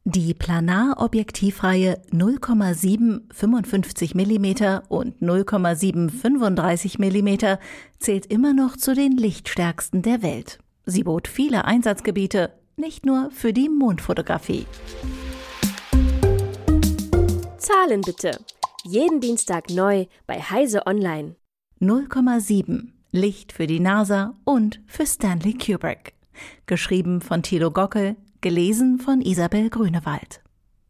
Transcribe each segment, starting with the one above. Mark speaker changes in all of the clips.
Speaker 1: Die Planar-Objektivreihe 0,7 55 mm und 0,7 35 mm zählt immer noch zu den lichtstärksten der Welt. Sie bot viele Einsatzgebiete, nicht nur für die Mondfotografie.
Speaker 2: Zahlen bitte. Jeden Dienstag neu bei Heise Online.
Speaker 1: 0,7 Licht für die NASA und für Stanley Kubrick. Geschrieben von Thilo Gockel, gelesen von Isabel Grünewald.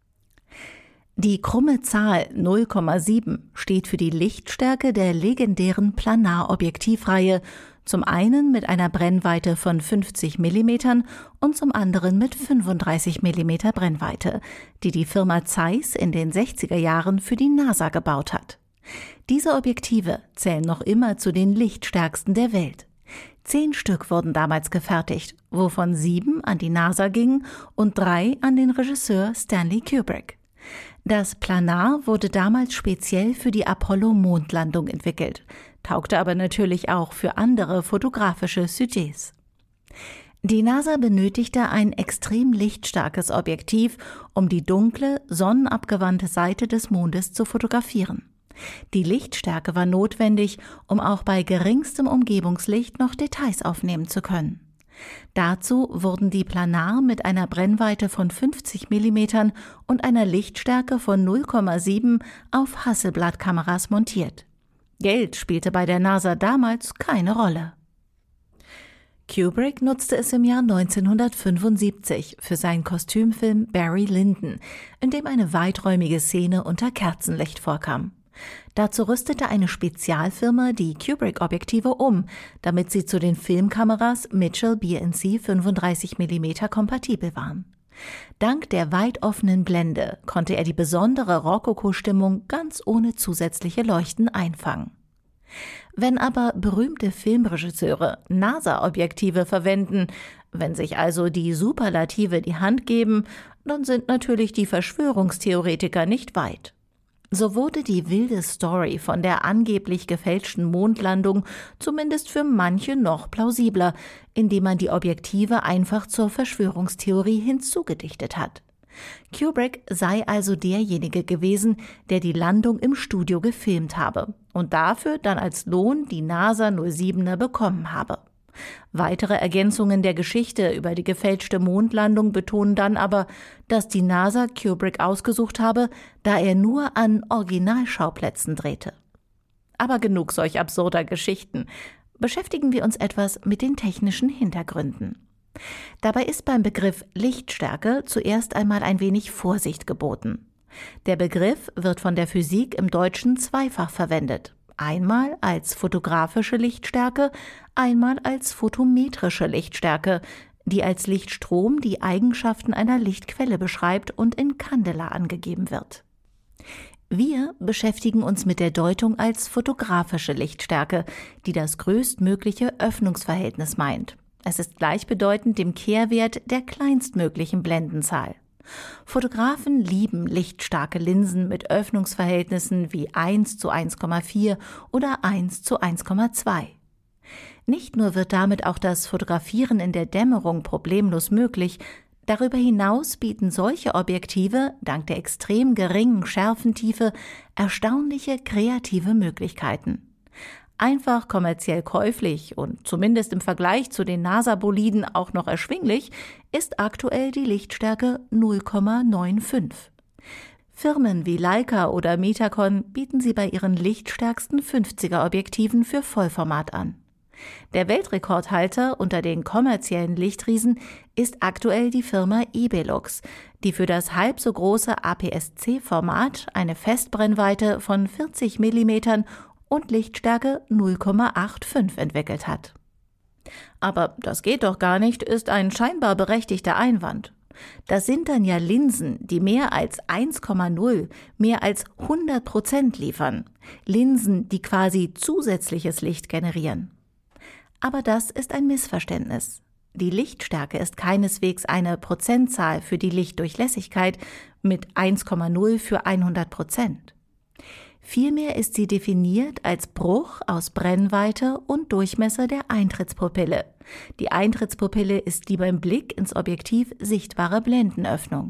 Speaker 1: Die krumme Zahl 0,7 steht für die Lichtstärke der legendären Planar-Objektivreihe, zum einen mit einer Brennweite von 50 mm und zum anderen mit 35 mm Brennweite, die die Firma Zeiss in den 60er Jahren für die NASA gebaut hat. Diese Objektive zählen noch immer zu den lichtstärksten der Welt. 10 Stück wurden damals gefertigt, wovon 7 an die NASA gingen und 3 an den Regisseur Stanley Kubrick. Das Planar wurde damals speziell für die Apollo-Mondlandung entwickelt, taugte aber natürlich auch für andere fotografische Sujets. Die NASA benötigte ein extrem lichtstarkes Objektiv, um die dunkle, sonnenabgewandte Seite des Mondes zu fotografieren. Die Lichtstärke war notwendig, um auch bei geringstem Umgebungslicht noch Details aufnehmen zu können. Dazu wurden die Planar mit einer Brennweite von 50 mm und einer Lichtstärke von 0,7 auf Hasselblad-Kameras montiert. Geld spielte bei der NASA damals keine Rolle. Kubrick nutzte es im Jahr 1975 für seinen Kostümfilm Barry Lyndon, in dem eine weiträumige Szene unter Kerzenlicht vorkam. Dazu rüstete eine Spezialfirma die Kubrick-Objektive um, damit sie zu den Filmkameras Mitchell B&C 35 mm kompatibel waren. Dank der weit offenen Blende konnte er die besondere Rokoko-Stimmung ganz ohne zusätzliche Leuchten einfangen. Wenn aber berühmte Filmregisseure NASA-Objektive verwenden, wenn sich also die Superlative die Hand geben, dann sind natürlich die Verschwörungstheoretiker nicht weit. So wurde die wilde Story von der angeblich gefälschten Mondlandung zumindest für manche noch plausibler, indem man die Objektive einfach zur Verschwörungstheorie hinzugedichtet hat. Kubrick sei also derjenige gewesen, der die Landung im Studio gefilmt habe und dafür dann als Lohn die NASA 07er bekommen habe. Weitere Ergänzungen der Geschichte über die gefälschte Mondlandung betonen dann aber, dass die NASA Kubrick ausgesucht habe, da er nur an Originalschauplätzen drehte. Aber genug solch absurder Geschichten. Beschäftigen wir uns etwas mit den technischen Hintergründen. Dabei ist beim Begriff Lichtstärke zuerst einmal ein wenig Vorsicht geboten. Der Begriff wird von der Physik im Deutschen zweifach verwendet. Einmal als fotografische Lichtstärke, einmal als photometrische Lichtstärke, die als Lichtstrom die Eigenschaften einer Lichtquelle beschreibt und in Candela angegeben wird. Wir beschäftigen uns mit der Deutung als fotografische Lichtstärke, die das größtmögliche Öffnungsverhältnis meint. Es ist gleichbedeutend dem Kehrwert der kleinstmöglichen Blendenzahl. Fotografen lieben lichtstarke Linsen mit Öffnungsverhältnissen wie 1 zu 1,4 oder 1 zu 1,2. Nicht nur wird damit auch das Fotografieren in der Dämmerung problemlos möglich, darüber hinaus bieten solche Objektive dank der extrem geringen Schärfentiefe erstaunliche kreative Möglichkeiten. Einfach kommerziell käuflich und zumindest im Vergleich zu den NASA-Boliden auch noch erschwinglich, ist aktuell die Lichtstärke 0,95. Firmen wie Leica oder Metacon bieten sie bei ihren lichtstärksten 50er-Objektiven für Vollformat an. Der Weltrekordhalter unter den kommerziellen Lichtriesen ist aktuell die Firma Ebelux, die für das halb so große APS-C-Format eine Festbrennweite von 40 mm und Lichtstärke 0,85 entwickelt hat. Aber das geht doch gar nicht, ist ein scheinbar berechtigter Einwand. Das sind dann ja Linsen, die mehr als 1,0, mehr als 100% liefern. Linsen, die quasi zusätzliches Licht generieren. Aber das ist ein Missverständnis. Die Lichtstärke ist keineswegs eine Prozentzahl für die Lichtdurchlässigkeit mit 1,0 für 100%. Vielmehr ist sie definiert als Bruch aus Brennweite und Durchmesser der Eintrittspupille. Die Eintrittspupille ist die beim Blick ins Objektiv sichtbare Blendenöffnung.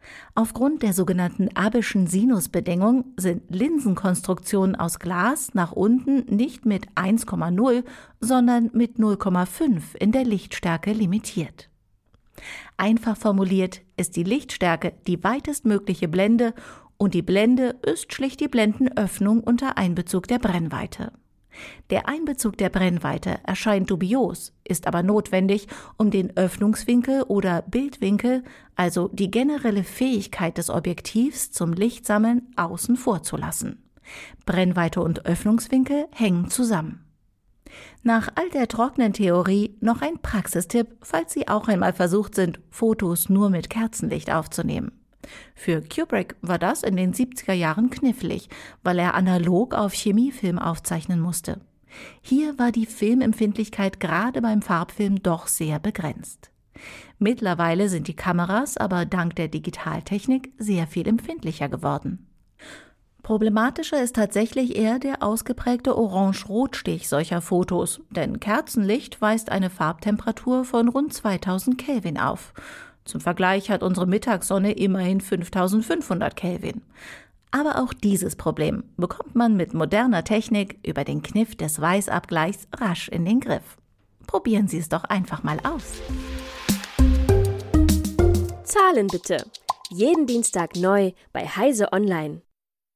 Speaker 1: Aufgrund der sogenannten Abbeschen Sinusbedingung sind Linsenkonstruktionen aus Glas nach unten nicht mit 1,0, sondern mit 0,5 in der Lichtstärke limitiert. Einfach formuliert ist die Lichtstärke die weitestmögliche Blende und die Blende ist schlicht die Blendenöffnung unter Einbezug der Brennweite. Der Einbezug der Brennweite erscheint dubios, ist aber notwendig, um den Öffnungswinkel oder Bildwinkel, also die generelle Fähigkeit des Objektivs zum Lichtsammeln, außen vor zu lassen. Brennweite und Öffnungswinkel hängen zusammen. Nach all der trockenen Theorie noch ein Praxistipp, falls Sie auch einmal versucht sind, Fotos nur mit Kerzenlicht aufzunehmen. Für Kubrick war das in den 70er Jahren knifflig, weil er analog auf Chemiefilm aufzeichnen musste. Hier war die Filmempfindlichkeit gerade beim Farbfilm doch sehr begrenzt. Mittlerweile sind die Kameras aber dank der Digitaltechnik sehr viel empfindlicher geworden. Problematischer ist tatsächlich eher der ausgeprägte Orange-Rot-Stich solcher Fotos, denn Kerzenlicht weist eine Farbtemperatur von rund 2000 Kelvin auf. Zum Vergleich hat unsere Mittagssonne immerhin 5500 Kelvin. Aber auch dieses Problem bekommt man mit moderner Technik über den Kniff des Weißabgleichs rasch in den Griff. Probieren Sie es doch einfach mal aus.
Speaker 2: Zahlen bitte. Jeden Dienstag neu bei Heise Online.